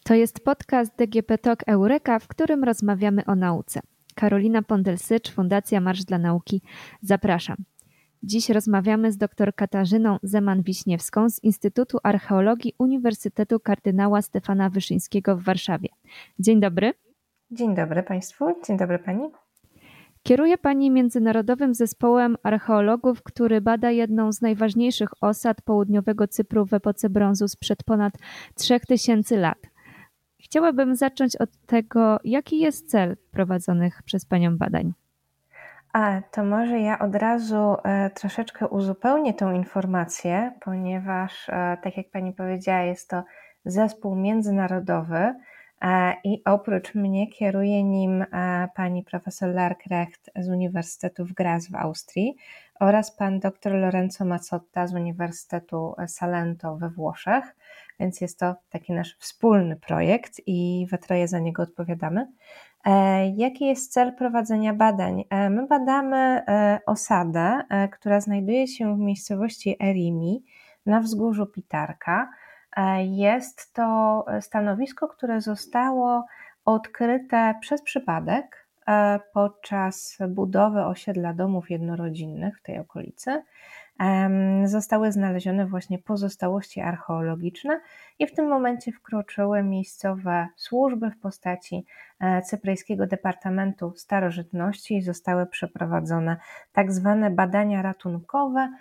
To jest podcast DGP Talk Eureka, w którym rozmawiamy o nauce. Karolina Pondel-Sycz, Fundacja Marsz dla Nauki. Zapraszam. Dziś rozmawiamy z dr Katarzyną Zeman-Wiśniewską z Instytutu Archeologii Uniwersytetu Kardynała Stefana Wyszyńskiego w Warszawie. Dzień dobry. Dzień dobry Państwu, dzień dobry Pani. Kieruje Pani międzynarodowym zespołem archeologów, który bada jedną z najważniejszych osad południowego Cypru w epoce brązu sprzed ponad 3000 lat. Chciałabym zacząć od tego, jaki jest cel prowadzonych przez Panią badań. To może ja od razu troszeczkę uzupełnię tą informację, ponieważ tak jak Pani powiedziała, jest to zespół międzynarodowy i oprócz mnie kieruje nim pani profesor Larkrecht z Uniwersytetu w Graz w Austrii oraz pan dr Lorenzo Mazzotta z Uniwersytetu Salento we Włoszech, więc jest to taki nasz wspólny projekt i we troje za niego odpowiadamy. Jaki jest cel prowadzenia badań? My badamy osadę, która znajduje się w miejscowości Erimi na wzgórzu Pitarka. Jest to stanowisko, które zostało odkryte przez przypadek podczas budowy osiedla domów jednorodzinnych w tej okolicy. Zostały znalezione właśnie pozostałości archeologiczne i w tym momencie wkroczyły miejscowe służby w postaci Cypryjskiego Departamentu Starożytności i zostały przeprowadzone tak zwane badania ratunkowe,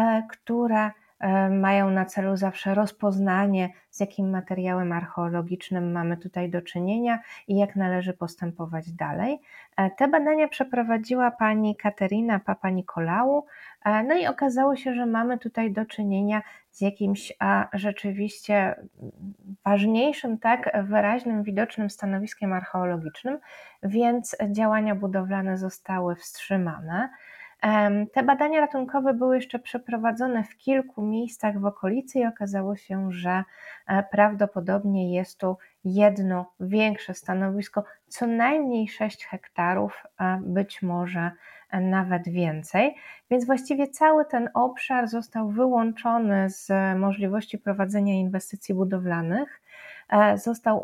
które mają na celu zawsze rozpoznanie, z jakim materiałem archeologicznym mamy tutaj do czynienia i jak należy postępować dalej. Te badania przeprowadziła pani Katerina Papanikolaou, no i okazało się, że mamy tutaj do czynienia z jakimś rzeczywiście ważniejszym, tak wyraźnym, widocznym stanowiskiem archeologicznym, więc działania budowlane zostały wstrzymane. Te badania ratunkowe były jeszcze przeprowadzone w kilku miejscach w okolicy i okazało się, że prawdopodobnie jest tu jedno większe stanowisko, co najmniej 6 hektarów, być może nawet więcej, więc właściwie cały ten obszar został wyłączony z możliwości prowadzenia inwestycji budowlanych. Został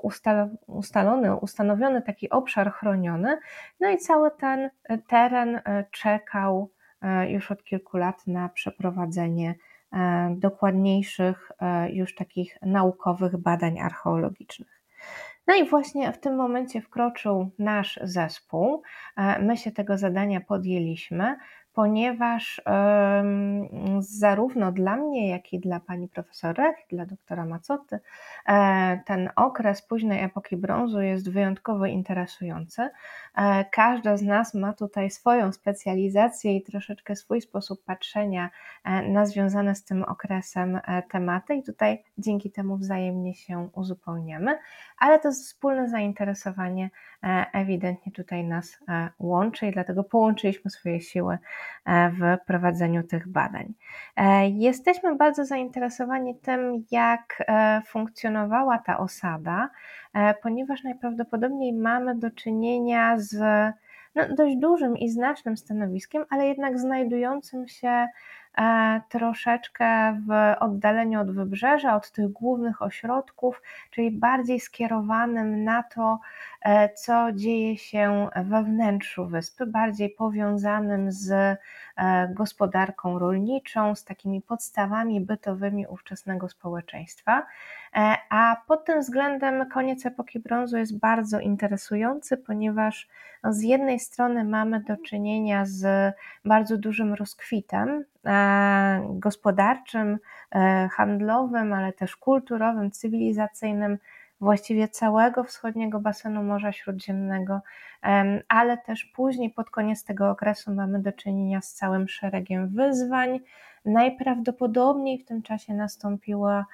ustanowiony taki obszar chroniony, no i cały ten teren czekał już od kilku lat na przeprowadzenie dokładniejszych, już takich naukowych badań archeologicznych. No i właśnie w tym momencie wkroczył nasz zespół. My się tego zadania podjęliśmy, ponieważ zarówno dla mnie, jak i dla pani profesor Rech, dla doktora Mazzotty, ten okres późnej epoki brązu jest wyjątkowo interesujący. Każda z nas ma tutaj swoją specjalizację i troszeczkę swój sposób patrzenia na związane z tym okresem tematy i tutaj dzięki temu wzajemnie się uzupełniamy, ale to wspólne zainteresowanie ewidentnie tutaj nas łączy i dlatego połączyliśmy swoje siły w prowadzeniu tych badań. Jesteśmy bardzo zainteresowani tym, jak funkcjonowała ta osada, ponieważ najprawdopodobniej mamy do czynienia z dość dużym i znacznym stanowiskiem, ale jednak znajdującym się troszeczkę w oddaleniu od wybrzeża, od tych głównych ośrodków, czyli bardziej skierowanym na to, co dzieje się we wnętrzu wyspy, bardziej powiązanym z gospodarką rolniczą, z takimi podstawami bytowymi ówczesnego społeczeństwa. A pod tym względem koniec epoki brązu jest bardzo interesujący, ponieważ z jednej strony mamy do czynienia z bardzo dużym rozkwitem gospodarczym, handlowym, ale też kulturowym, cywilizacyjnym właściwie całego wschodniego basenu Morza Śródziemnego, ale też później pod koniec tego okresu mamy do czynienia z całym szeregiem wyzwań. Najprawdopodobniej w tym czasie nastąpiły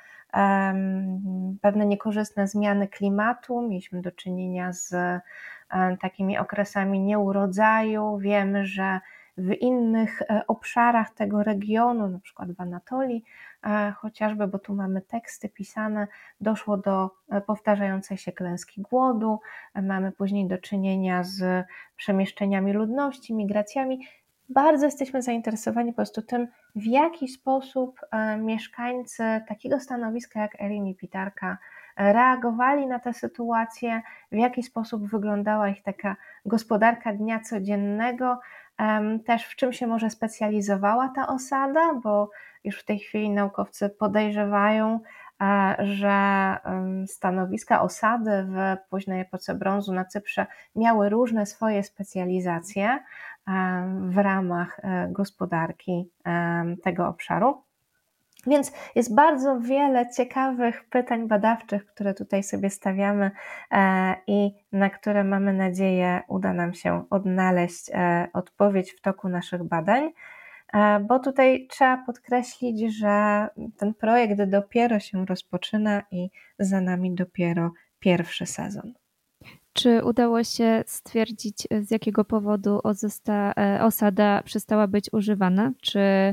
pewne niekorzystne zmiany klimatu, mieliśmy do czynienia z takimi okresami nieurodzaju. Wiemy, że w innych obszarach tego regionu, na przykład w Anatolii chociażby, bo tu mamy teksty pisane, doszło do powtarzającej się klęski głodu, mamy później do czynienia z przemieszczeniami ludności, migracjami. Bardzo jesteśmy zainteresowani po prostu tym, w jaki sposób mieszkańcy takiego stanowiska jak Erimi Pitarka reagowali na tę sytuację, w jaki sposób wyglądała ich taka gospodarka dnia codziennego, też w czym się może specjalizowała ta osada, bo już w tej chwili naukowcy podejrzewają, że stanowiska osady w późnej epoce brązu na Cyprze miały różne swoje specjalizacje w ramach gospodarki tego obszaru. Więc jest bardzo wiele ciekawych pytań badawczych, które tutaj sobie stawiamy i na które mamy nadzieję uda nam się odnaleźć odpowiedź w toku naszych badań, bo tutaj trzeba podkreślić, że ten projekt dopiero się rozpoczyna i za nami dopiero pierwszy sezon. Czy udało się stwierdzić, z jakiego powodu osada przestała być używana? Czy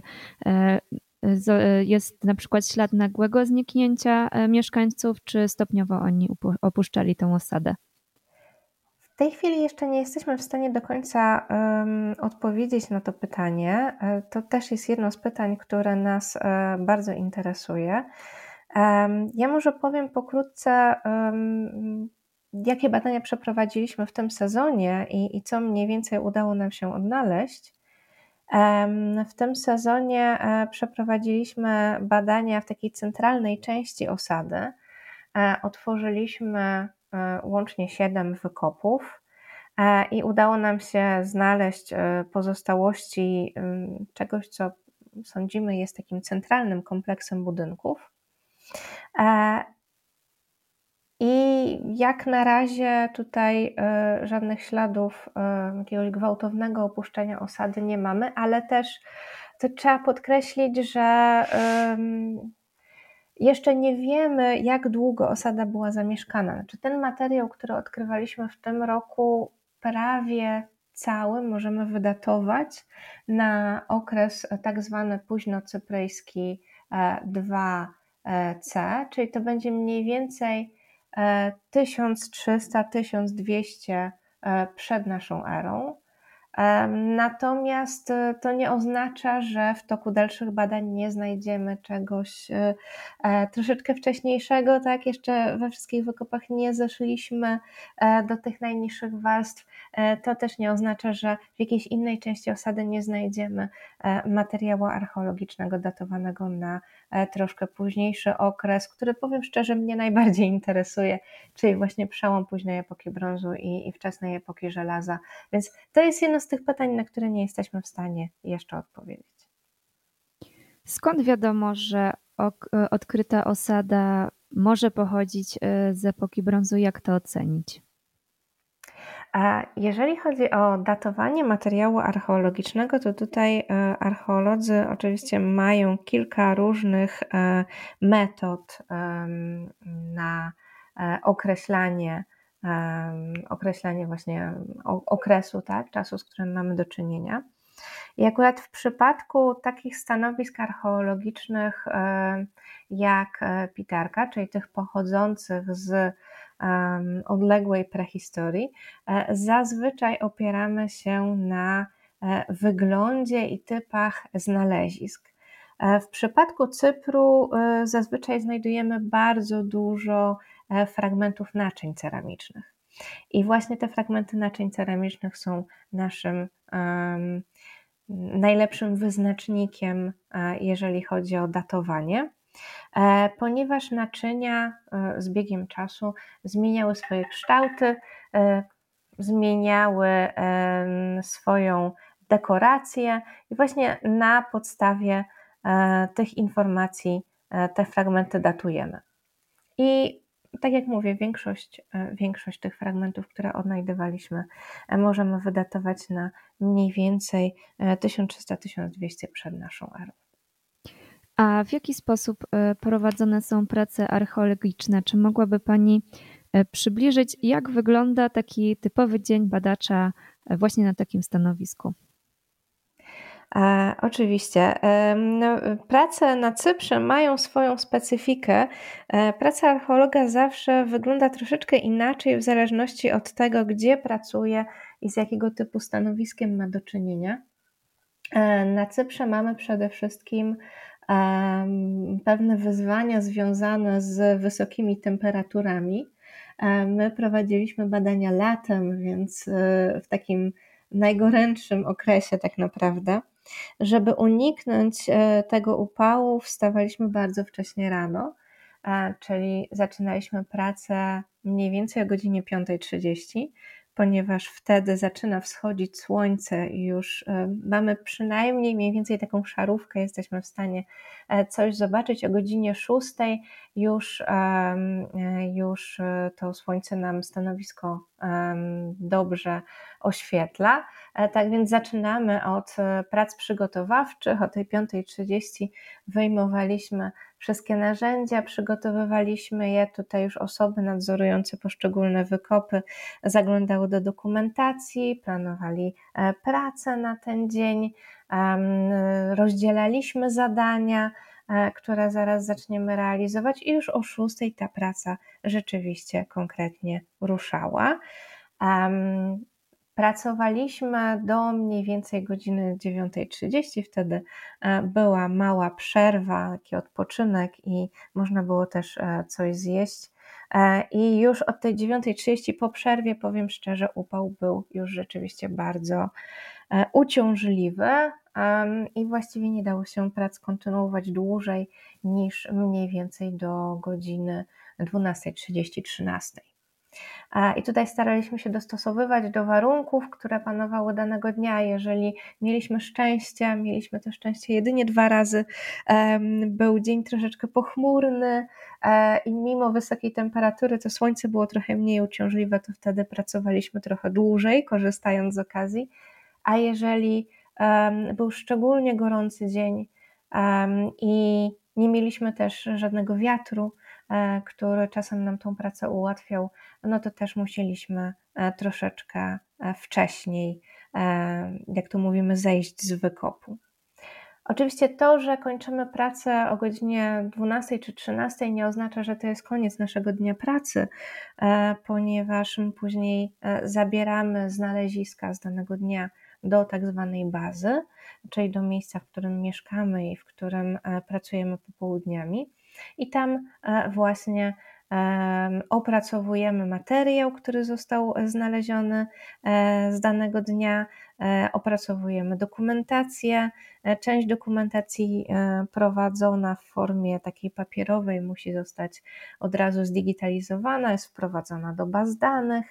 jest na przykład ślad nagłego zniknięcia mieszkańców, czy stopniowo oni opuszczali tę osadę? W tej chwili jeszcze nie jesteśmy w stanie do końca odpowiedzieć na to pytanie. To też jest jedno z pytań, które nas bardzo interesuje. Ja może powiem pokrótce, jakie badania przeprowadziliśmy w tym sezonie i co mniej więcej udało nam się odnaleźć. W tym sezonie przeprowadziliśmy badania w takiej centralnej części osady. Otworzyliśmy łącznie 7 wykopów i udało nam się znaleźć pozostałości czegoś, co sądzimy jest takim centralnym kompleksem budynków. I jak na razie tutaj żadnych śladów jakiegoś gwałtownego opuszczenia osady nie mamy, ale też to trzeba podkreślić, że jeszcze nie wiemy, jak długo osada była zamieszkana. Znaczy, ten materiał, który odkrywaliśmy w tym roku, prawie cały możemy wydatować na okres tak zwany późnocypryjski 2C, czyli to będzie mniej więcej 1300-1200 przed naszą erą. Natomiast to nie oznacza, że w toku dalszych badań nie znajdziemy czegoś troszeczkę wcześniejszego, tak? Jeszcze we wszystkich wykopach nie zeszliśmy do tych najniższych warstw. To też nie oznacza, że w jakiejś innej części osady nie znajdziemy materiału archeologicznego datowanego na troszkę późniejszy okres, który, powiem szczerze, mnie najbardziej interesuje, czyli właśnie przełom późnej epoki brązu i wczesnej epoki żelaza. Więc to jest jedno z tych pytań, na które nie jesteśmy w stanie jeszcze odpowiedzieć. Skąd wiadomo, że odkryta osada może pochodzić z epoki brązu? Jak to ocenić? Jeżeli chodzi o datowanie materiału archeologicznego, to tutaj archeolodzy oczywiście mają kilka różnych metod na określanie właśnie okresu, tak, czasu, z którym mamy do czynienia. I akurat w przypadku takich stanowisk archeologicznych jak Pitarka, czyli tych pochodzących z odległej prehistorii, zazwyczaj opieramy się na wyglądzie i typach znalezisk. W przypadku Cypru zazwyczaj znajdujemy bardzo dużo fragmentów naczyń ceramicznych. I właśnie te fragmenty naczyń ceramicznych są naszym najlepszym wyznacznikiem, jeżeli chodzi o datowanie, ponieważ naczynia z biegiem czasu zmieniały swoje kształty, zmieniały swoją dekorację i właśnie na podstawie tych informacji te fragmenty datujemy. I tak jak mówię, większość tych fragmentów, które odnajdywaliśmy, możemy wydatować na mniej więcej 1300-1200 przed naszą erą. A w jaki sposób prowadzone są prace archeologiczne? Czy mogłaby Pani przybliżyć, jak wygląda taki typowy dzień badacza właśnie na takim stanowisku? Oczywiście. Prace na Cyprze mają swoją specyfikę. Praca archeologa zawsze wygląda troszeczkę inaczej w zależności od tego, gdzie pracuje i z jakiego typu stanowiskiem ma do czynienia. Na Cyprze mamy przede wszystkim pewne wyzwania związane z wysokimi temperaturami. My prowadziliśmy badania latem, więc w takim najgorętszym okresie tak naprawdę. Żeby uniknąć tego upału, wstawaliśmy bardzo wcześnie rano, czyli zaczynaliśmy pracę mniej więcej o godzinie 5:30, ponieważ wtedy zaczyna wschodzić słońce i już mamy przynajmniej mniej więcej taką szarówkę, jesteśmy w stanie coś zobaczyć. O godzinie 6:00 już to słońce nam stanowisko dobrze oświetla. Tak więc zaczynamy od prac przygotowawczych. O tej 5:30 wyjmowaliśmy wszystkie narzędzia, przygotowywaliśmy je. Tutaj już osoby nadzorujące poszczególne wykopy zaglądały do dokumentacji, planowali pracę na ten dzień, rozdzielaliśmy zadania, które zaraz zaczniemy realizować i już o 6:00 ta praca rzeczywiście konkretnie ruszała. Pracowaliśmy do mniej więcej godziny 9:30, wtedy była mała przerwa, taki odpoczynek i można było też coś zjeść. I już od tej 9:30 po przerwie, powiem szczerze, upał był już rzeczywiście bardzo uciążliwy i właściwie nie dało się prac kontynuować dłużej niż mniej więcej do godziny 12:30, 13:00. I tutaj staraliśmy się dostosowywać do warunków, które panowały danego dnia. Jeżeli mieliśmy to szczęście jedynie 2 razy, był dzień troszeczkę pochmurny i mimo wysokiej temperatury to słońce było trochę mniej uciążliwe, to wtedy pracowaliśmy trochę dłużej, korzystając z okazji, a jeżeli był szczególnie gorący dzień i nie mieliśmy też żadnego wiatru, który czasem nam tą pracę ułatwiał, no to też musieliśmy troszeczkę wcześniej, jak to mówimy, zejść z wykopu. Oczywiście to, że kończymy pracę o godzinie 12 czy 13 nie oznacza, że to jest koniec naszego dnia pracy, ponieważ my później zabieramy znaleziska z danego dnia do tak zwanej bazy, czyli do miejsca, w którym mieszkamy i w którym pracujemy popołudniami. I tam właśnie opracowujemy materiał, który został znaleziony z danego dnia, opracowujemy dokumentację. Część dokumentacji prowadzona w formie takiej papierowej musi zostać od razu zdigitalizowana, jest wprowadzona do baz danych.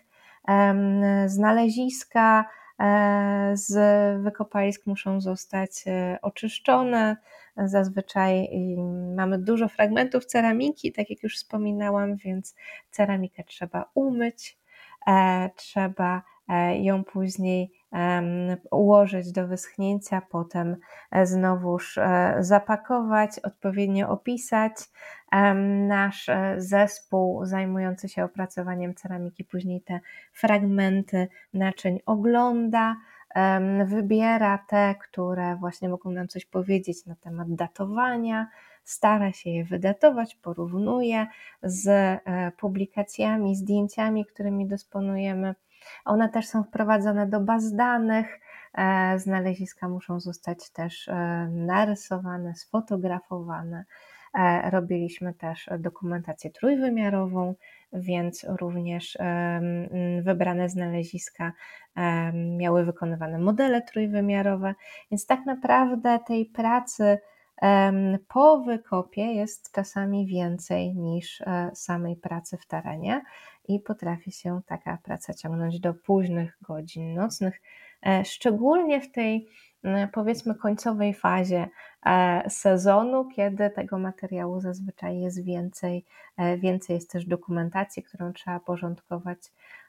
Znaleziska z wykopalisk muszą zostać oczyszczone. Zazwyczaj mamy dużo fragmentów ceramiki, tak jak już wspominałam, więc ceramikę trzeba umyć, trzeba ją później ułożyć do wyschnięcia, potem znowuż zapakować, odpowiednio opisać. Nasz zespół zajmujący się opracowaniem ceramiki później te fragmenty naczyń ogląda, wybiera te, które właśnie mogą nam coś powiedzieć na temat datowania, stara się je wydatować, porównuje z publikacjami, zdjęciami, którymi dysponujemy. One też są wprowadzone do baz danych, znaleziska muszą zostać też narysowane, sfotografowane. Robiliśmy też dokumentację trójwymiarową, więc również wybrane znaleziska miały wykonywane modele trójwymiarowe, więc tak naprawdę tej pracy po wykopie jest czasami więcej niż samej pracy w terenie i potrafi się taka praca ciągnąć do późnych godzin nocnych, szczególnie w tej, powiedzmy, końcowej fazie sezonu, kiedy tego materiału zazwyczaj jest więcej, więcej jest też dokumentacji, którą trzeba porządkować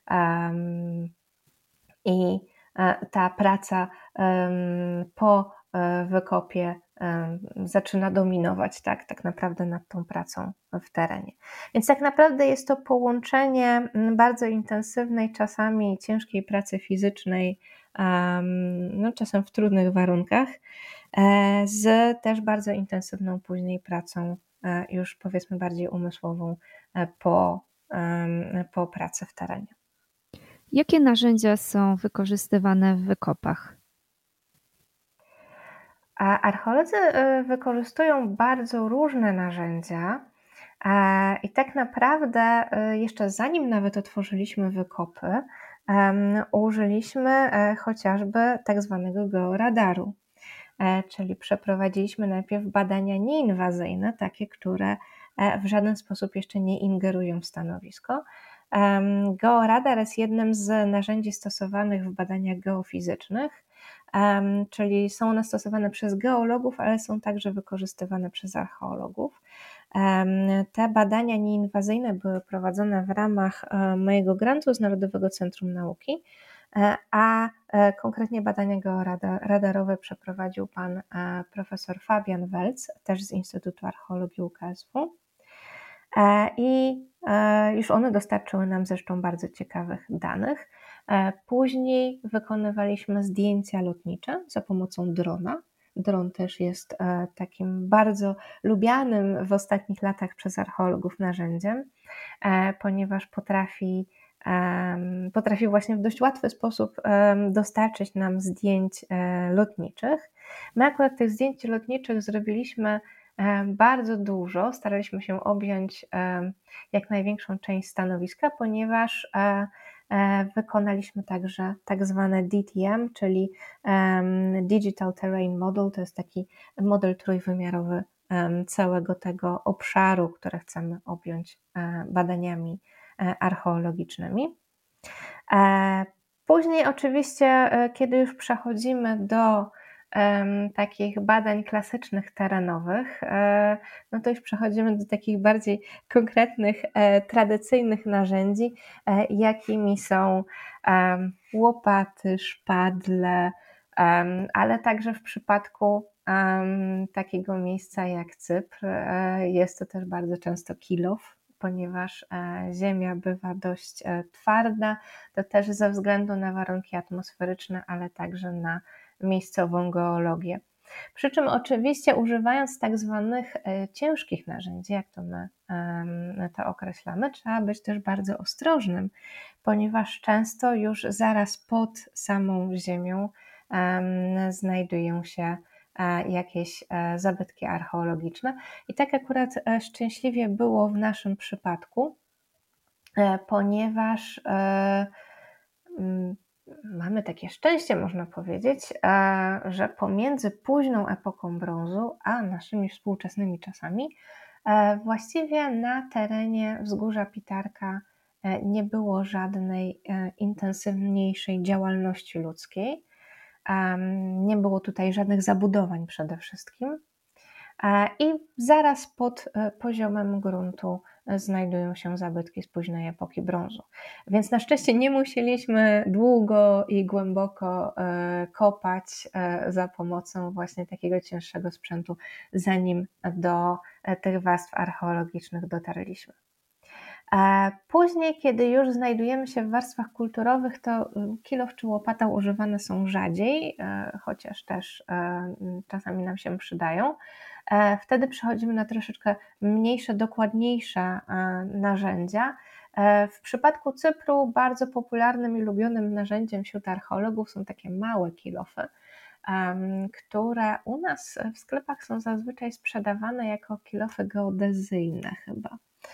i ta praca po wykopie zaczyna dominować tak naprawdę nad tą pracą w terenie. Więc tak naprawdę jest to połączenie bardzo intensywnej, czasami ciężkiej pracy fizycznej, no czasem w trudnych warunkach, z też bardzo intensywną później pracą, już powiedzmy bardziej umysłową po pracy w terenie. Jakie narzędzia są wykorzystywane w wykopach? A archeolodzy wykorzystują bardzo różne narzędzia i tak naprawdę jeszcze zanim nawet otworzyliśmy wykopy, użyliśmy chociażby tak zwanego georadaru, czyli przeprowadziliśmy najpierw badania nieinwazyjne, takie, które w żaden sposób jeszcze nie ingerują w stanowisko. Georadar jest jednym z narzędzi stosowanych w badaniach geofizycznych, czyli są one stosowane przez geologów, ale są także wykorzystywane przez archeologów. Te badania nieinwazyjne były prowadzone w ramach mojego grantu z Narodowego Centrum Nauki, a konkretnie badania georadarowe przeprowadził pan profesor Fabian Welc, też z Instytutu Archeologii UKSW. I już one dostarczyły nam zresztą bardzo ciekawych danych. Później wykonywaliśmy zdjęcia lotnicze za pomocą drona. Dron też jest takim bardzo lubianym w ostatnich latach przez archeologów narzędziem, ponieważ potrafi właśnie w dość łatwy sposób dostarczyć nam zdjęć lotniczych. My akurat tych zdjęć lotniczych zrobiliśmy bardzo dużo, staraliśmy się objąć jak największą część stanowiska, ponieważ wykonaliśmy także tak zwane DTM, czyli Digital Terrain Model, to jest taki model trójwymiarowy całego tego obszaru, które chcemy objąć badaniami archeologicznymi. Później oczywiście, kiedy już przechodzimy do takich badań klasycznych terenowych, no to już przechodzimy do takich bardziej konkretnych, tradycyjnych narzędzi, jakimi są łopaty, szpadle, ale także w przypadku takiego miejsca jak Cypr jest to też bardzo często kilof, ponieważ ziemia bywa dość twarda, to też ze względu na warunki atmosferyczne, ale także na miejscową geologię. Przy czym oczywiście używając tak zwanych ciężkich narzędzi, jak to my to określamy, trzeba być też bardzo ostrożnym, ponieważ często już zaraz pod samą ziemią znajdują się jakieś zabytki archeologiczne. I tak akurat szczęśliwie było w naszym przypadku, ponieważ mamy takie szczęście, można powiedzieć, że pomiędzy późną epoką brązu a naszymi współczesnymi czasami właściwie na terenie wzgórza Pitarka nie było żadnej intensywniejszej działalności ludzkiej. Nie było tutaj żadnych zabudowań przede wszystkim. I zaraz pod poziomem gruntu znajdują się zabytki z późnej epoki brązu. Więc na szczęście nie musieliśmy długo i głęboko kopać za pomocą właśnie takiego cięższego sprzętu, zanim do tych warstw archeologicznych dotarliśmy. Później, kiedy już znajdujemy się w warstwach kulturowych, to kilof czy łopata używane są rzadziej, chociaż też czasami nam się przydają. Wtedy przechodzimy na troszeczkę mniejsze, dokładniejsze narzędzia. W przypadku Cypru bardzo popularnym i lubionym narzędziem wśród archeologów są takie małe kilofy, które u nas w sklepach są zazwyczaj sprzedawane jako kilofy geodezyjne chyba.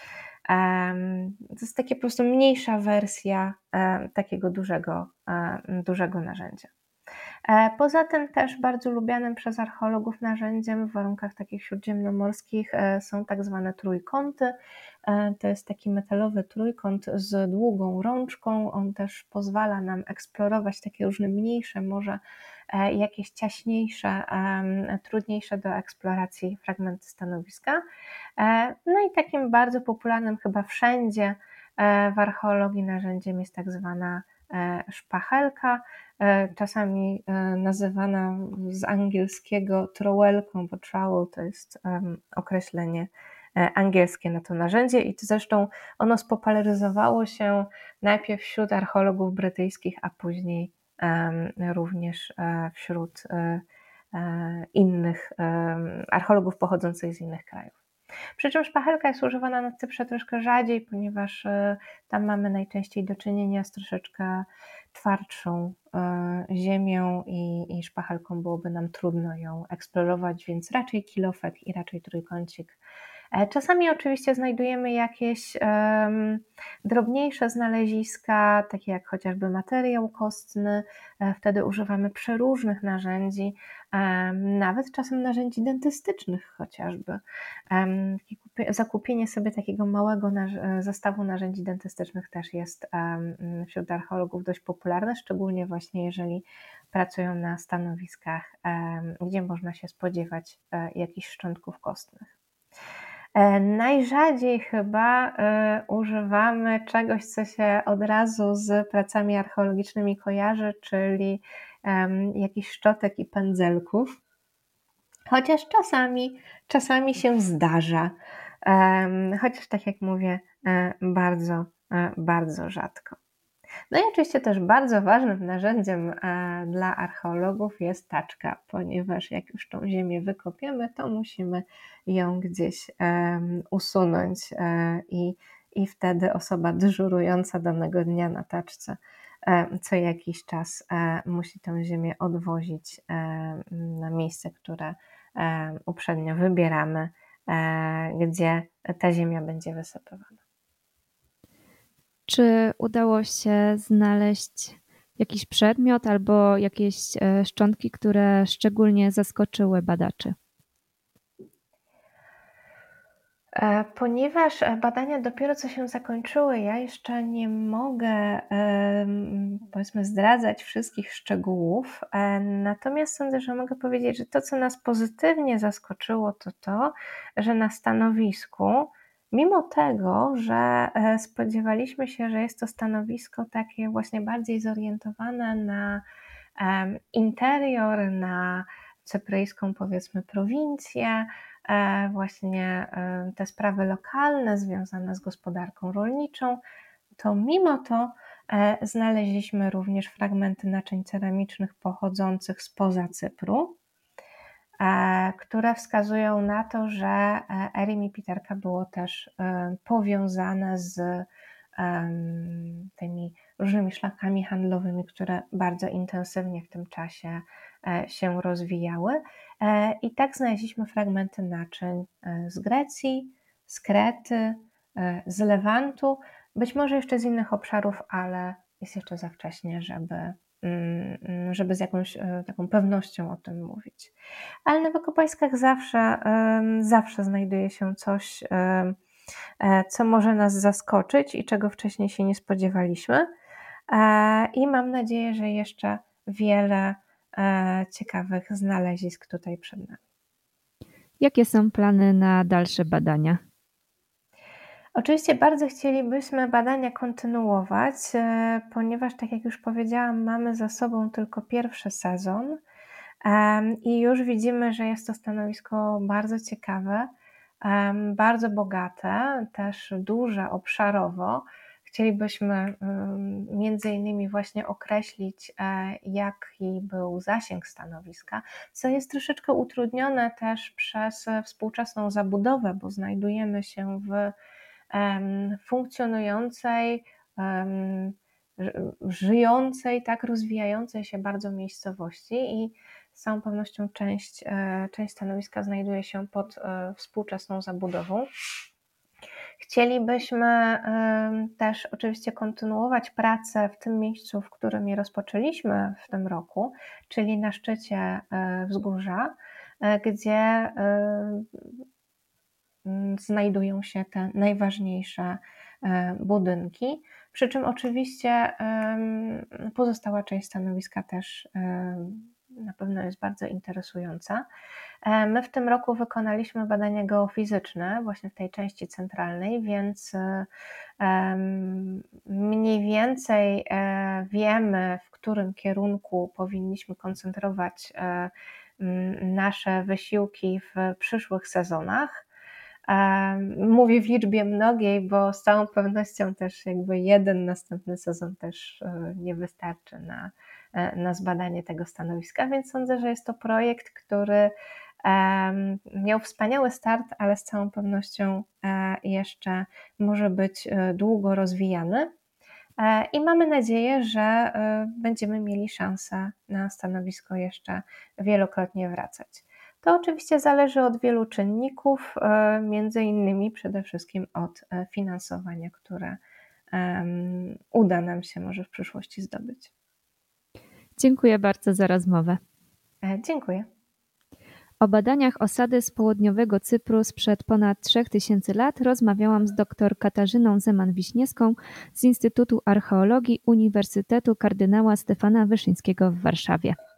To jest takie po prostu mniejsza wersja takiego dużego narzędzia. Poza tym też bardzo lubianym przez archeologów narzędziem w warunkach takich śródziemnomorskich są tak zwane trójkąty. To jest taki metalowy trójkąt z długą rączką. On też pozwala nam eksplorować takie różne mniejsze, może jakieś ciaśniejsze, trudniejsze do eksploracji fragmenty stanowiska. No i takim bardzo popularnym chyba wszędzie w archeologii narzędziem jest tak zwana szpachelka, czasami nazywana z angielskiego trowelką, bo trowel to jest określenie angielskie na to narzędzie i zresztą ono spopularyzowało się najpierw wśród archeologów brytyjskich, a później również wśród innych archeologów pochodzących z innych krajów. Przy czym szpachelka jest używana na Cyprze troszkę rzadziej, ponieważ tam mamy najczęściej do czynienia z troszeczkę twardszą ziemią i szpachelką byłoby nam trudno ją eksplorować, więc raczej kilofek i raczej trójkącik. Czasami oczywiście znajdujemy jakieś drobniejsze znaleziska, takie jak chociażby materiał kostny, wtedy używamy przeróżnych narzędzi, nawet czasem narzędzi dentystycznych chociażby. Zakupienie sobie takiego małego zestawu narzędzi dentystycznych też jest wśród archeologów dość popularne, szczególnie właśnie jeżeli pracują na stanowiskach, gdzie można się spodziewać jakichś szczątków kostnych. Najrzadziej chyba używamy czegoś, co się od razu z pracami archeologicznymi kojarzy, czyli jakichś szczotek i pędzelków, chociaż czasami się zdarza, chociaż tak jak mówię, bardzo rzadko. No i oczywiście też bardzo ważnym narzędziem dla archeologów jest taczka, ponieważ jak już tą ziemię wykopiemy, to musimy ją gdzieś usunąć i wtedy osoba dyżurująca danego dnia na taczce co jakiś czas musi tę ziemię odwozić na miejsce, które uprzednio wybieramy, gdzie ta ziemia będzie wysypywana. Czy udało się znaleźć jakiś przedmiot albo jakieś szczątki, które szczególnie zaskoczyły badaczy? Ponieważ badania dopiero co się zakończyły, ja jeszcze nie mogę, powiedzmy, zdradzać wszystkich szczegółów, natomiast sądzę, że mogę powiedzieć, że to, co nas pozytywnie zaskoczyło, to, że na stanowisku, mimo tego, że spodziewaliśmy się, że jest to stanowisko takie właśnie bardziej zorientowane na interior, na cypryjską, powiedzmy, prowincję, właśnie te sprawy lokalne związane z gospodarką rolniczą, to mimo to znaleźliśmy również fragmenty naczyń ceramicznych pochodzących spoza Cypru, które wskazują na to, że Eremipiterka było też powiązane z tymi różnymi szlakami handlowymi, które bardzo intensywnie w tym czasie się rozwijały. I tak znaleźliśmy fragmenty naczyń z Grecji, z Krety, z Lewantu, być może jeszcze z innych obszarów, ale jest jeszcze za wcześnie, żeby z jakąś taką pewnością o tym mówić. Ale na wykopaliskach zawsze znajduje się coś, co może nas zaskoczyć i czego wcześniej się nie spodziewaliśmy. I mam nadzieję, że jeszcze wiele ciekawych znalezisk tutaj przed nami. Jakie są plany na dalsze badania? Oczywiście bardzo chcielibyśmy badania kontynuować, ponieważ, tak jak już powiedziałam, mamy za sobą tylko pierwszy sezon i już widzimy, że jest to stanowisko bardzo ciekawe, bardzo bogate, też duże obszarowo. Chcielibyśmy między innymi właśnie określić, jaki był zasięg stanowiska, co jest troszeczkę utrudnione też przez współczesną zabudowę, bo znajdujemy się w funkcjonującej, żyjącej, tak rozwijającej się bardzo miejscowości i z całą pewnością część stanowiska znajduje się pod współczesną zabudową. Chcielibyśmy też oczywiście kontynuować pracę w tym miejscu, w którym je rozpoczęliśmy w tym roku, czyli na szczycie wzgórza, gdzie znajdują się te najważniejsze budynki, przy czym oczywiście pozostała część stanowiska też na pewno jest bardzo interesująca. My w tym roku wykonaliśmy badania geofizyczne właśnie w tej części centralnej, więc mniej więcej wiemy, w którym kierunku powinniśmy koncentrować nasze wysiłki w przyszłych sezonach. Mówię w liczbie mnogiej, bo z całą pewnością też jakby jeden następny sezon też nie wystarczy na zbadanie tego stanowiska, więc sądzę, że jest to projekt, który Miał wspaniały start, ale z całą pewnością jeszcze może być długo rozwijany. I mamy nadzieję, że będziemy mieli szansę na stanowisko jeszcze wielokrotnie wracać. To oczywiście zależy od wielu czynników, między innymi przede wszystkim od finansowania, które uda nam się może w przyszłości zdobyć. Dziękuję bardzo za rozmowę. Dziękuję. O badaniach osady z południowego Cypru sprzed ponad 3000 lat rozmawiałam z dr Katarzyną Zeman-Wiśniewską z Instytutu Archeologii Uniwersytetu Kardynała Stefana Wyszyńskiego w Warszawie.